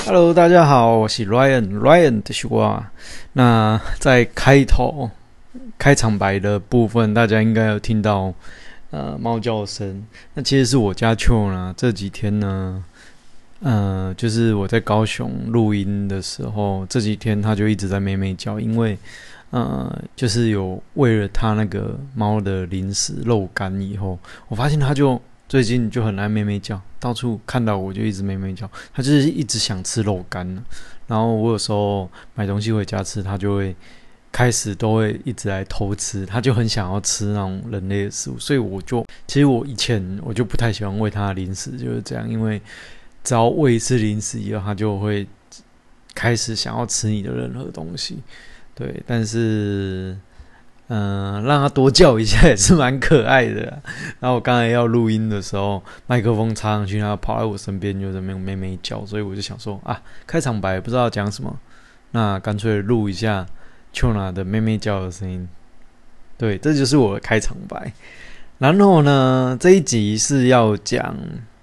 Hello，大家好，我是 Ryan 的是我。那在开场白的部分，大家应该有听到猫叫声。那其实是我家秋呢，这几天呢，就是我在高雄录音的时候，这几天它就一直在咩咩叫，因为就是有喂了它那个猫的零食肉干以后，我发现它就最近就很爱咩咩叫，到处看到我就一直咩咩叫，它就是一直想吃肉干。然后我有时候买东西回家吃，它就会开始都会一直来偷吃，它就很想要吃那种人类的食物，所以其实我以前我就不太喜欢喂它的零食，就是这样，因为只要喂一次零食以后，它就会开始想要吃你的任何东西。对，但是让它多叫一下也是蛮可爱的啦。然后我刚才要录音的时候，麦克风插上去，它跑在我身边就在那边咩咩叫，所以我就想说开场白不知道讲什么，那干脆录一下Chona 的咩咩叫的声音。对，这就是我的开场白。然后呢，这一集是要讲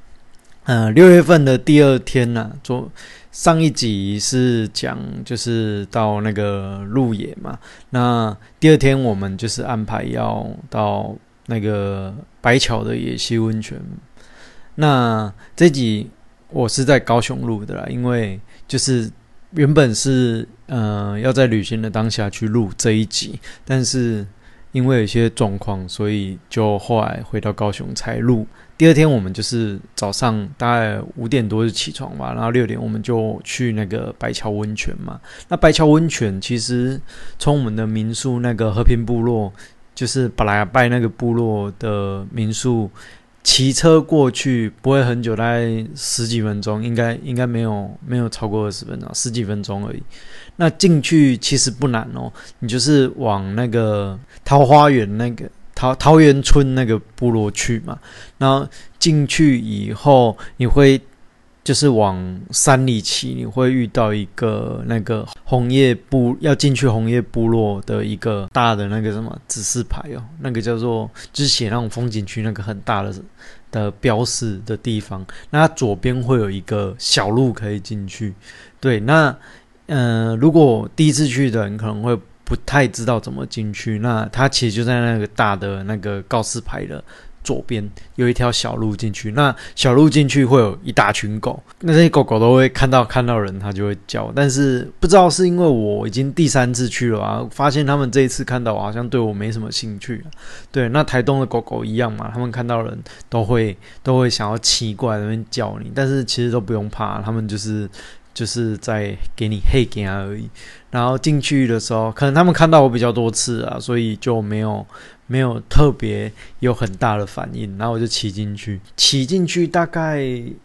6月份的第二天啦，上一集是讲就是到那个鹿野嘛，那第二天我们就是安排要到那个白桥的野溪温泉。那这集我是在高雄录的啦，因为就是原本是要在旅行的当下去录这一集，但是因为有些状况，所以就后来回到高雄才录。第二天我们就是早上大概5点多就起床吧，然后6点我们就去那个白桥温泉嘛。那白桥温泉其实从我们的民宿那个和平部落，就是巴拉拜那个部落的民宿，骑车过去不会很久，大概十几分钟，应该没有超过20分钟，十几分钟而已。那进去其实不难哦，你就是往那个桃花源那个桃源村那个部落去嘛，然后进去以后，你会就是往山里骑，你会遇到一个那个要进去红叶部落的一个大的那个什么指示牌哦，那个叫做就是写那种风景区那个很大的标示的地方。那它左边会有一个小路可以进去，对，那如果第一次去的人可能会不太知道怎么进去，那它其实就在那个大的那个告示牌的左边有一条小路进去，那小路进去会有一大群狗，那些狗狗都会看到人它就会叫，但是不知道是因为我已经第3次去了啊，发现他们这一次看到我好像对我没什么兴趣对，那台东的狗狗一样嘛，他们看到人都会想要骑过来那边叫你，但是其实都不用怕，他们就是在给你嘿给他而已。然后进去的时候，可能他们看到我比较多次啊，所以就没有特别有很大的反应。然后我就骑进去大概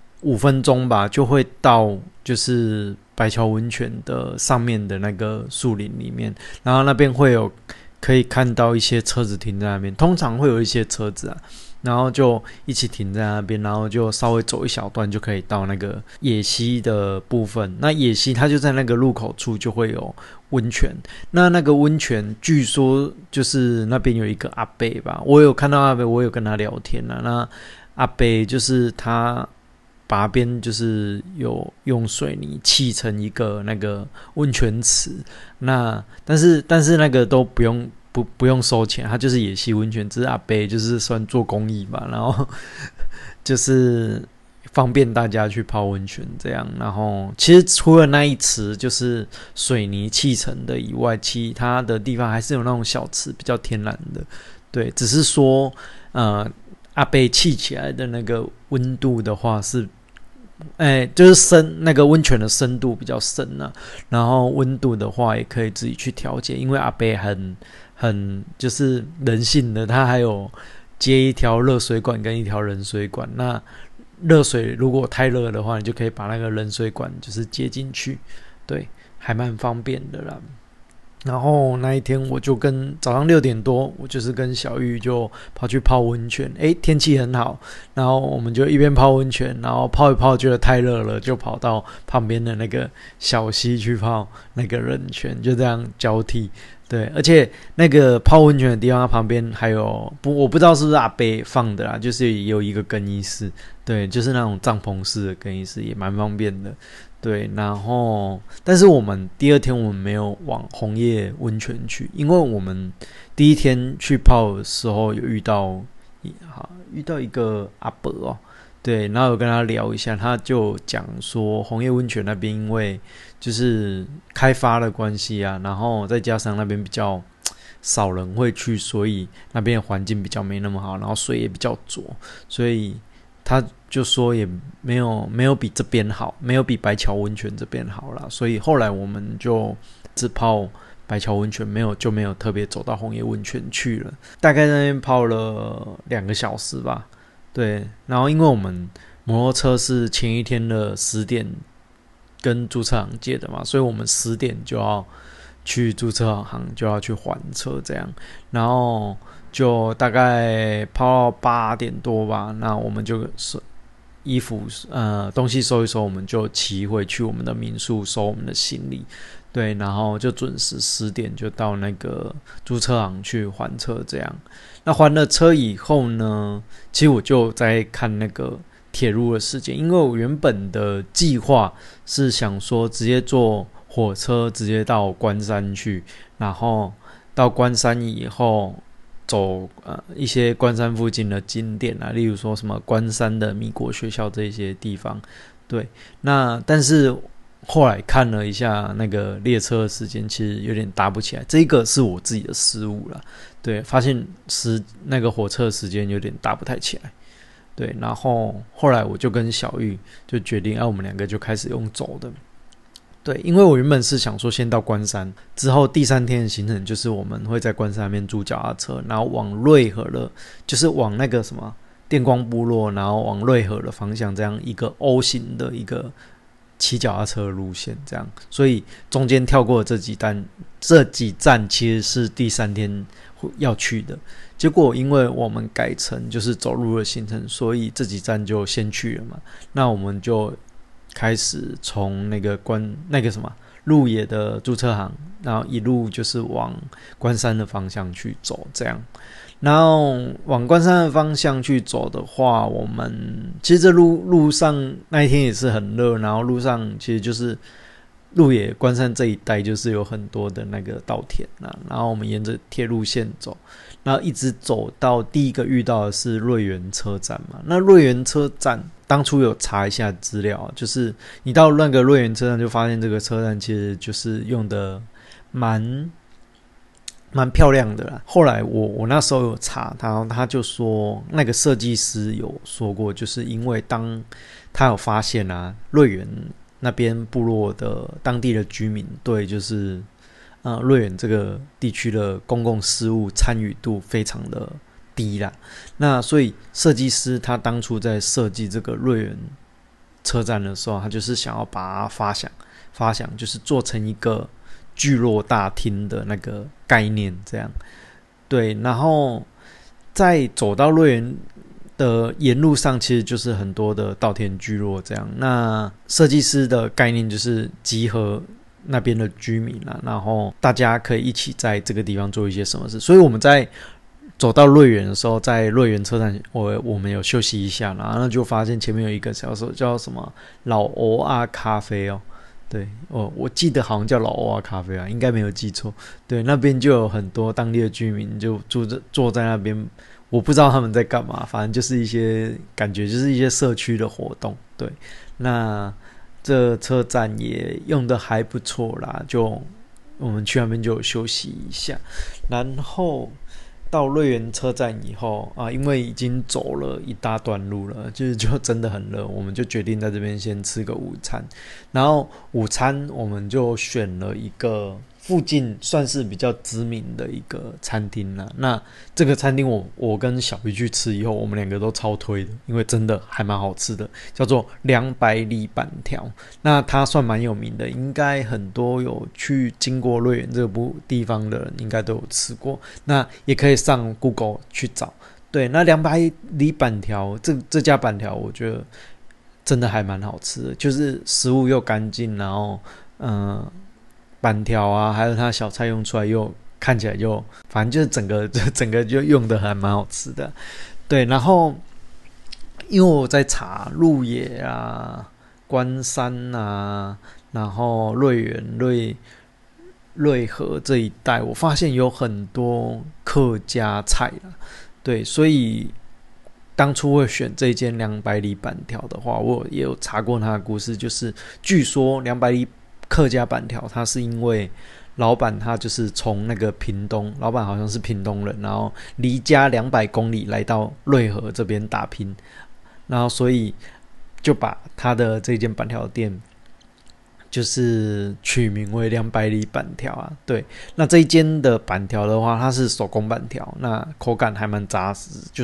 5分钟吧，就会到就是白桥温泉的上面的那个树林里面，然后那边可以看到一些车子停在那边，通常会有一些车子啊。然后就一起停在那边，然后就稍微走一小段就可以到那个野溪的部分。那野溪它就在那个入口处就会有温泉。那个温泉据说就是那边有一个阿伯吧，我有看到阿伯，我有跟他聊天啦。那阿伯就是他把那边就是有用水泥砌成一个那个温泉池。那但是那个都不用收钱，它就是野溪温泉，只是阿伯就是算做公益吧，然后就是方便大家去泡温泉这样。然后其实除了那一池就是水泥砌成的以外，其他的地方还是有那种小池比较天然的，对，只是说阿伯砌起来的那个温度的话是就是那个温泉的深度比较深啊，然后温度的话也可以自己去调节，因为阿伯很就是人性的，他还有接一条热水管跟一条冷水管。那热水如果太热的话，你就可以把那个冷水管就是接进去，对，还蛮方便的啦。然后那一天我就早上6点多，我就是跟小玉就跑去泡温泉。天气很好，然后我们就一边泡温泉，然后泡一泡觉得太热了，就跑到旁边的那个小溪去泡那个冷泉，就这样交替。 对，而且那个泡温泉的地方，它旁边还有我不知道是不是阿伯放的啦，就是也有一个更衣室，对，就是那种帐篷式的更衣室，也蛮方便的。对，然后但是我们第二天我们没有往红叶温泉去，因为我们第一天去泡的时候有遇到一个阿伯哦，对，然后有跟他聊一下，他就讲说红叶温泉那边因为就是开发的关系啊，然后再加上那边比较少人会去，所以那边的环境比较没那么好，然后水也比较浊，所以他就说也没有比这边好，没有比白桥温泉这边好啦，所以后来我们就只泡白桥温泉，没有特别走到红叶温泉去了，大概在那边泡了2个小时吧。对，然后因为我们摩托车是前一天的10点跟注册行借的嘛，所以我们10点就要去注册行就要去还车这样，然后就大概泡到8点多吧，那我们就衣服东西收一收，我们就骑回去我们的民宿收我们的行李，对，然后就准时10点就到那个租车行去还车这样。那还了车以后呢，其实我就在看那个铁路的时间，因为我原本的计划是想说直接坐火车直接到关山去，然后到关山以后走一些关山附近的景点啊，例如说什么关山的米国学校这些地方。对，那但是后来看了一下那个列车的时间，其实有点搭不起来，这个是我自己的失误啦。对，发现那个火车的时间有点搭不太起来。对，然后后来我就跟小玉就决定，我们2个就开始用走的。对，因为我原本是想说先到关山，之后第3天的行程就是我们会在关山那边租脚踏车，然后往瑞和了，就是往那个什么电光部落，然后往瑞和的方向，这样一个 O 型的一个骑脚踏车的路线，这样，所以中间跳过这几站其实是第3天要去的。结果因为我们改成就是走路的行程，所以这几站就先去了嘛。那我们就开始从那个鹿野的注册行，然后一路就是往关山的方向去走，这样。然后往关山的方向去走的话，我们其实这路上那一天也是很热，然后路上其实就是鹿野关山这一带就是有很多的那个稻田啊，然后我们沿着铁路线走，然后一直走到第一个遇到的是瑞园车站嘛。那瑞园车站当初有查一下资料，就是你到那个瑞园车站就发现这个车站其实就是用的蛮漂亮的啦。后来我那时候有查他就说那个设计师有说过，就是因为当他有发现啊，瑞园那边部落的当地的居民对就是瑞园这个地区的公共事务参与度非常的低啦。那所以设计师他当初在设计这个瑞园车站的时候，他就是想要把它发想就是做成一个聚落大厅的那个概念这样。对，然后在走到瑞园的沿路上其实就是很多的稻田聚落这样。那设计师的概念就是集合那边的居民啦，然后大家可以一起在这个地方做一些什么事。所以我们在走到瑞园的时候，在瑞园车站我们有休息一下，然后就发现前面有一个小手叫什么老欧阿咖啡哦。对，我记得好像叫老欧阿咖啡啊，应该没有记错。对，那边就有很多当地的居民就坐在那边，我不知道他们在干嘛，反正就是一些感觉就是一些社区的活动。对，那这车站也用的还不错啦，就我们去那边就有休息一下。然后到瑞园车站以后啊，因为已经走了一大段路了，就真的很热，我们就决定在这边先吃个午餐。然后午餐我们就选了一个附近算是比较知名的一个餐厅啦。那这个餐厅我跟小鱼去吃以后，我们2个都超推的，因为真的还蛮好吃的，叫做200里板条。那它算蛮有名的，应该很多有去经过瑞园这个地方的人应该都有吃过。那也可以上 Google 去找。对，那200里板条这家板条我觉得真的还蛮好吃的，就是食物又干净，然后板条啊还有它小菜用出来又看起来就反正就是整个就用的还蛮好吃的。对，然后因为我在查鹿野啊、关山啊，然后瑞园、瑞和这一带，我发现有很多客家菜啦。对，所以当初会选这间200里板条的话，我也有查过他的故事，就是据说200里客家板条，它是因为老板他就是从那个屏东，老板好像是屏东人，然后离家200公里来到瑞和这边打拼，然后所以就把他的这间板条店就是取名为200里板条啊。对，那这一间的板条的话，它是手工板条，那口感还蛮扎实，就是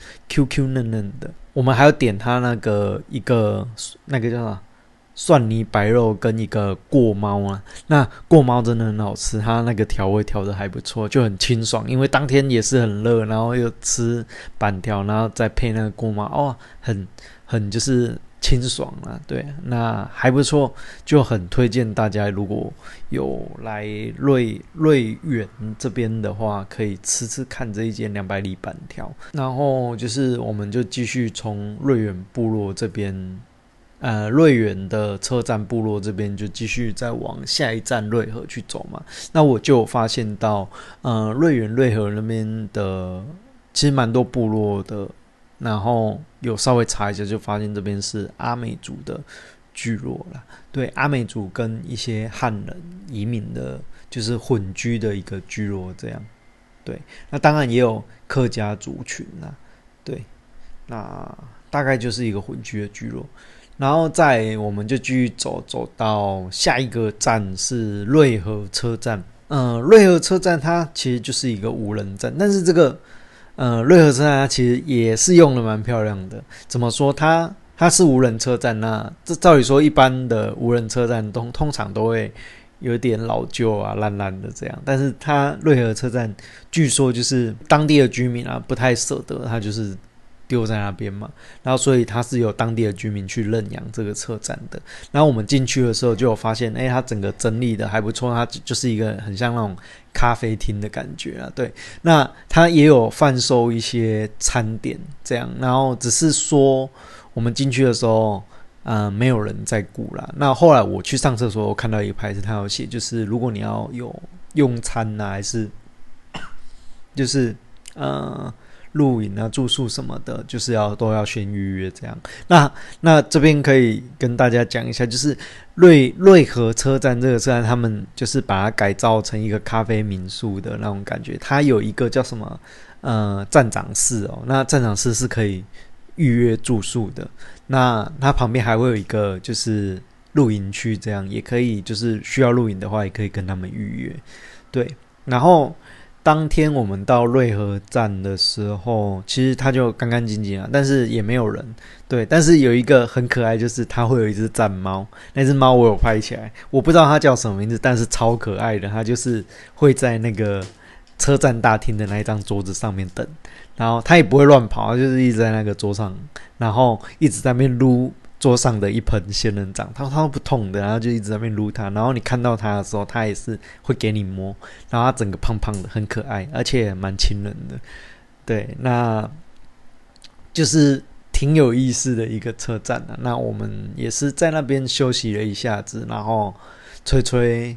QQ 嫩嫩的。我们还要点它那个一个那个叫什么蒜泥白肉跟一个过猫啊，那过猫真的很好吃，它那个调味调的还不错，就很清爽。因为当天也是很热，然后又吃板条，然后再配那个过猫，哦，很就是清爽啦。对，那还不错，就很推荐大家，如果有来瑞园这边的话，可以吃吃看这一间200里板条。然后就是我们就继续从瑞园部落这边。瑞园的车站部落这边就继续再往下一站瑞和去走嘛。那我就发现到，瑞园瑞和那边的其实蛮多部落的，然后有稍微查一下，就发现这边是阿美族的聚落啦。对，阿美族跟一些汉人移民的，就是混居的一个聚落这样。对，那当然也有客家族群啦。对，那大概就是一个混居的聚落。然后我们就继续走到下一个站是瑞和车站。瑞和车站它其实就是一个无人站，但是这个瑞和车站它其实也是用的蛮漂亮的。怎么说？它是无人车站，那这照理说一般的无人车站通常都会有点老旧啊、烂烂的这样，但是它瑞和车站据说就是当地的居民啊不太舍得，它就是丢在那边嘛，然后所以它是由当地的居民去认养这个车站的。然后我们进去的时候就有发现，它整个整理的还不错，它就是一个很像那种咖啡厅的感觉啊。对，那它也有贩售一些餐点这样，然后只是说我们进去的时候，没有人在顾啦。那后来我去上厕所，我看到一个牌子，它有写，就是如果你要有用餐啊，还是就是露营啊、住宿什么的，就是都要先预约这样。那这边可以跟大家讲一下，就是瑞和车站这个车站，他们就是把它改造成一个咖啡民宿的那种感觉。它有一个叫什么站长室哦，那站长室是可以预约住宿的。那它旁边还会有一个就是露营区，这样也可以，就是需要露营的话，也可以跟他们预约。对，然后当天我们到瑞和站的时候，其实它就干干净净啊，但是也没有人。对，但是有一个很可爱，就是它会有一只战猫，那只猫我有拍起来，我不知道它叫什么名字，但是超可爱的。它就是会在那个车站大厅的那一张桌子上面等，然后它也不会乱跑，它就是一直在那个桌上，然后一直在那边撸桌上的一盆仙人掌，它不痛的，然后就一直在那边撸它，然后你看到它的时候，它也是会给你摸，然后它整个胖胖的，很可爱，而且蛮亲人的。对，那就是挺有意思的一个车站啊。那我们也是在那边休息了一下子，然后吹，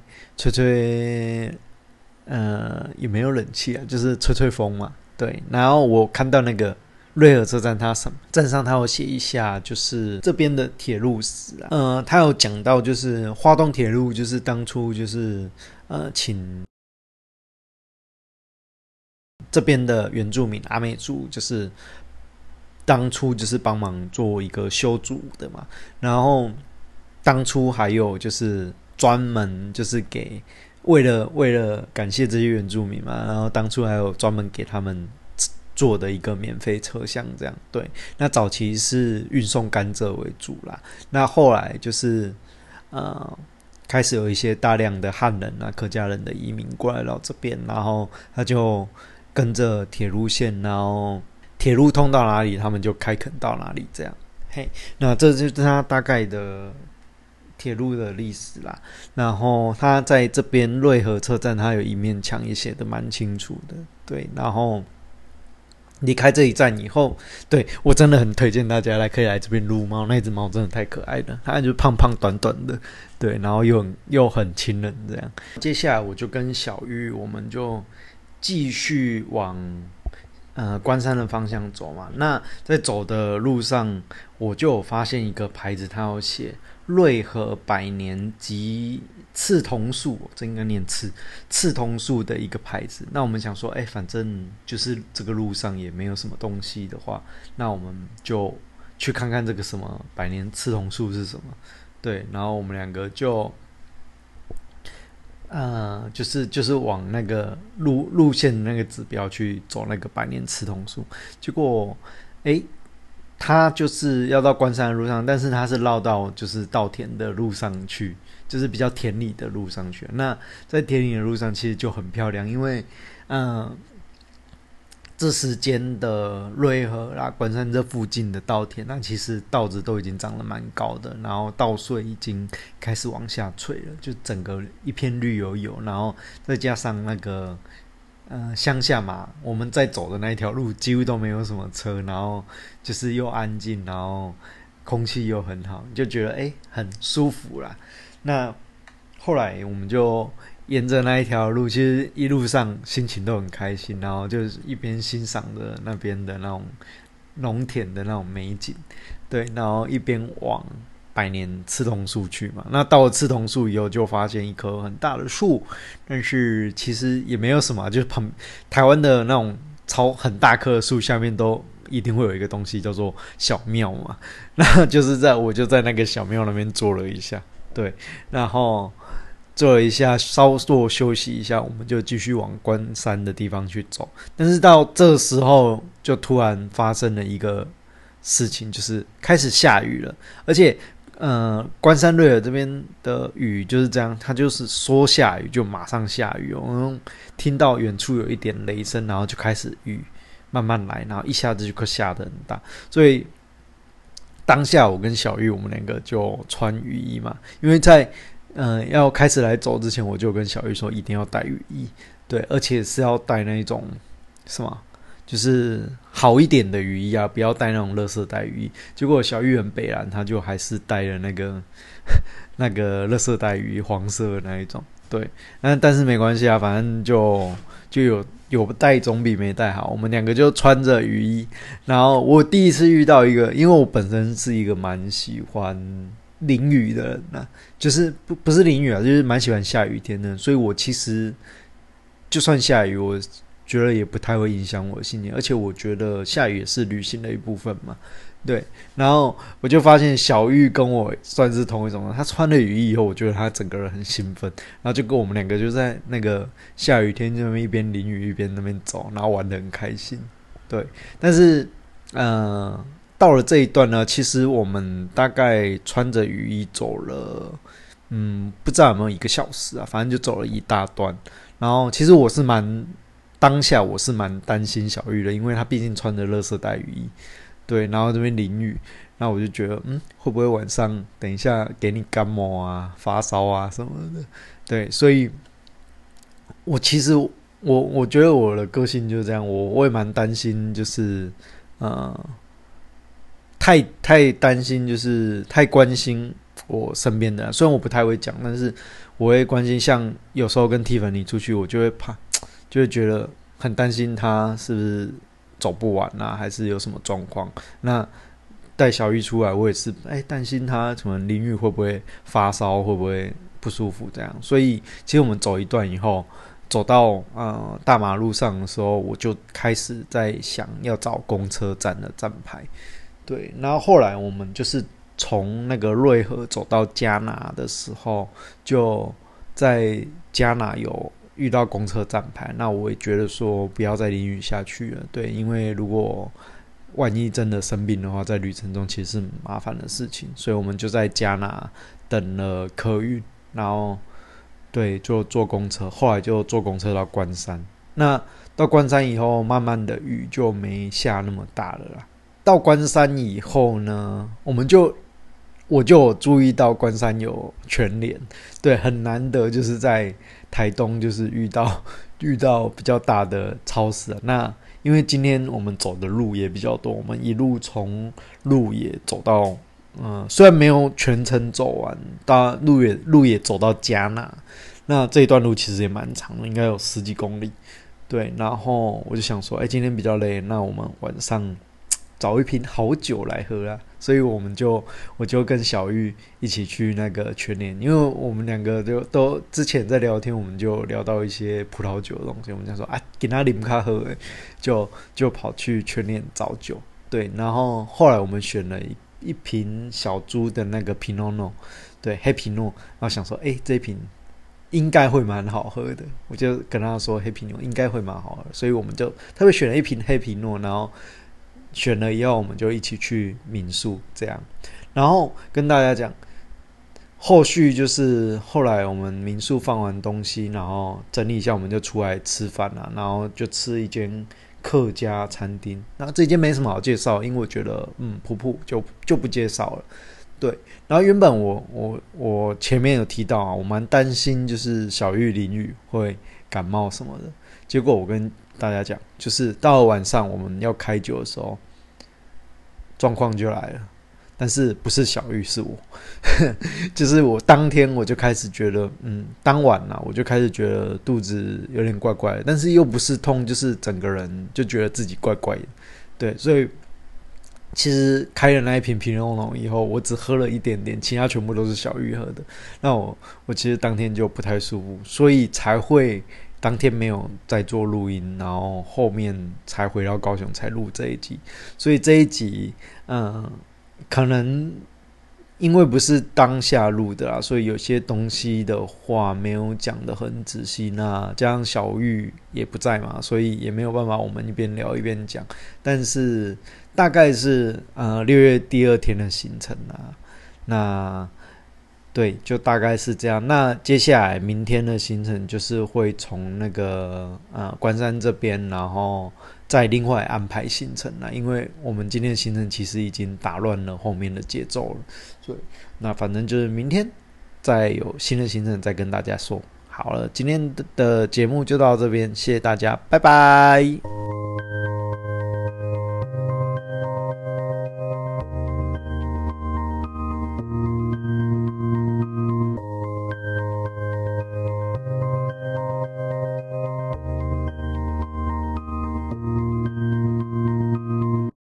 也没有冷气啊，就是吹风嘛。对，然后我看到那个瑞和车站，它站上它有写一下，就是这边的铁路史啊。它有讲到，就是花东铁路，就是当初就是请这边的原住民阿美族，就是当初就是帮忙做一个修筑的嘛。然后当初还有就是专门就是为了感谢这些原住民嘛，然后当初还有专门给他们做的一个免费车厢这样。对，那早期是运送甘蔗为主啦，那后来就是开始有一些大量的汉人啊、客家人的移民过来到这边，然后他就跟着铁路线，然后铁路通到哪里，他们就开垦到哪里这样。嘿，那这就是他大概的铁路的历史啦。然后他在这边瑞和车站，他有一面墙也写得蛮清楚的，对。然后离开这一站以后，对，我真的很推荐大家可以来这边撸猫，那只猫真的太可爱了，它就胖胖短短的，对，然后又很亲人这样。接下来我就跟小玉，我们就继续往关山的方向走嘛。那在走的路上，我就有发现一个牌子，它有写瑞和百年及刺桐树，这应该念刺桐树的一个牌子。那我们想说，反正就是这个路上也没有什么东西的话，那我们就去看看这个什么百年刺桐树是什么。对，然后我们两个就就是往那个路线的那个指标去走那个百年刺桐树，结果它就是要到关山的路上，但是它是绕到就是稻田的路上去，就是比较田里的路上去。那在田里的路上其实就很漂亮，因为这时间的瑞和啦关山这附近的稻田，那其实稻子都已经长得蛮高的，然后稻穗已经开始往下垂了，就整个一片绿油油，然后再加上那个乡下嘛，我们在走的那一条路几乎都没有什么车，然后就是又安静，然后空气又很好，就觉得很舒服啦。那后来我们就沿着那一条路，其实一路上心情都很开心，然后就是一边欣赏着那边的那种农田的那种美景，对，然后一边往百年刺桐树去嘛。那到了刺桐树以后，就发现一棵很大的树，但是其实也没有什么，就是台湾的那种很大棵的树下面都一定会有一个东西叫做小庙嘛。那就是我就在那个小庙那边坐了一下，对，然后坐了一下，稍作休息一下，我们就继续往关山的地方去走。但是到这时候，就突然发生了一个事情，就是开始下雨了，而且关山瑞尔这边的雨就是这样，它就是说下雨就马上下雨，我们听到远处有一点雷声，然后就开始雨慢慢来，然后一下子就快下得很大，所以当下我跟小玉我们两个就穿雨衣嘛，因为在要开始来走之前，我就跟小玉说一定要带雨衣，对，而且是要带那种什么，就是好一点的雨衣啊，不要带那种垃圾袋雨衣。结果小玉很北蓝，他就还是带了那个垃圾袋雨衣，黄色的那一种，对，但是没关系啊，反正就有带总比没带好。我们两个就穿着雨衣，然后我第一次遇到一个，因为我本身是一个蛮喜欢淋雨的人啊，就是不是淋雨啊，就是蛮喜欢下雨天的，所以我其实就算下雨，我觉得也不太会影响我的心情，而且我觉得下雨也是旅行的一部分嘛，对。然后我就发现小玉跟我算是同一种人，她穿了雨衣以后，我觉得她整个人很兴奋，然后就跟我们两个就在那个下雨天那边一边淋雨一边那边走，然后玩得很开心，对。但是到了这一段呢，其实我们大概穿着雨衣走了，不知道有没有1个小时啊，反正就走了一大段。然后其实当下我是蛮担心小玉的，因为她毕竟穿着垃圾袋雨衣，对，然后这边淋雨，然后我就觉得，会不会晚上等一下给你感冒啊、发烧啊什么的，对，所以其实我觉得我的个性就是这样，我也蛮担心，就是太担心，就是太关心我身边的人，虽然我不太会讲，但是我会关心。像有时候跟 Tiffany 出去，我就会就会觉得很担心他是不是走不完啊，还是有什么状况。那带小玉出来，我也是担心他什么淋雨会不会发烧，会不会不舒服这样。所以其实我们走一段以后，走到大马路上的时候，我就开始在想要找公车站的站牌。对，然后后来我们就是从那个瑞和走到加拿的时候，就在加拿有遇到公车站牌，那我也觉得说不要再淋雨下去了，对，因为如果万一真的生病的话，在旅程中其实是麻烦的事情，所以我们就在加拿等了客运，然后对，就坐公车，后来就坐公车到关山。那到关山以后，慢慢的雨就没下那么大了啦。到关山以后呢，我们就我就有注意到关山有全联，对，很难得就是在台东就是遇到比较大的超市啊。那因为今天我们走的路也比较多，我们一路从鹿野走到，虽然没有全程走完，到鹿野走到加纳，那这一段路其实也蛮长的，应该有10几公里。对，然后我就想说，今天比较累，那我们晚上找一瓶好酒来喝啦。所以我就跟小玉一起去那个全联，因为我们两个就都之前在聊天，我们就聊到一些葡萄酒的东西，我们就说给他啉咖喝，就跑去全联找酒。对，然后后来我们选了一瓶小猪的那个 Pinot Noir， 对，黑皮诺，然后想说，这一瓶应该会蛮好喝的，我就跟他说黑皮诺应该会蛮好喝，所以我们就特别选了一瓶黑皮诺，然后选了以后，我们就一起去民宿这样。然后跟大家讲，后续就是后来我们民宿放完东西，然后整理一下，我们就出来吃饭啦。然后就吃一间客家餐厅。那这间没什么好介绍，因为我觉得普普就不介绍了。对，然后原本我前面有提到啊，我蛮担心就是小玉淋雨会感冒什么的。结果我跟大家讲，就是到了晚上我们要开酒的时候，状况就来了。但是不是小玉，是我，就是我当天我就开始觉得，当晚啊，我就开始觉得肚子有点怪怪的，但是又不是痛，就是整个人就觉得自己怪怪的。对，所以其实开了那一瓶皮诺龙以后，我只喝了一点点，其他全部都是小玉喝的。那我其实当天就不太舒服，所以才会当天没有再做录音，然后后面才回到高雄才录这一集。所以这一集，可能因为不是当下录的啦，所以有些东西的话没有讲得很仔细。那加上小玉也不在嘛，所以也没有办法我们一边聊一边讲。但是大概是6月第2天的行程啊，那对，就大概是这样。那接下来明天的行程就是会从那个关山这边，然后再另外安排行程啦。因为我们今天的行程其实已经打乱了后面的节奏了，所以那反正就是明天再有新的行程再跟大家说。好了，今天的节目就到这边，谢谢大家，拜拜。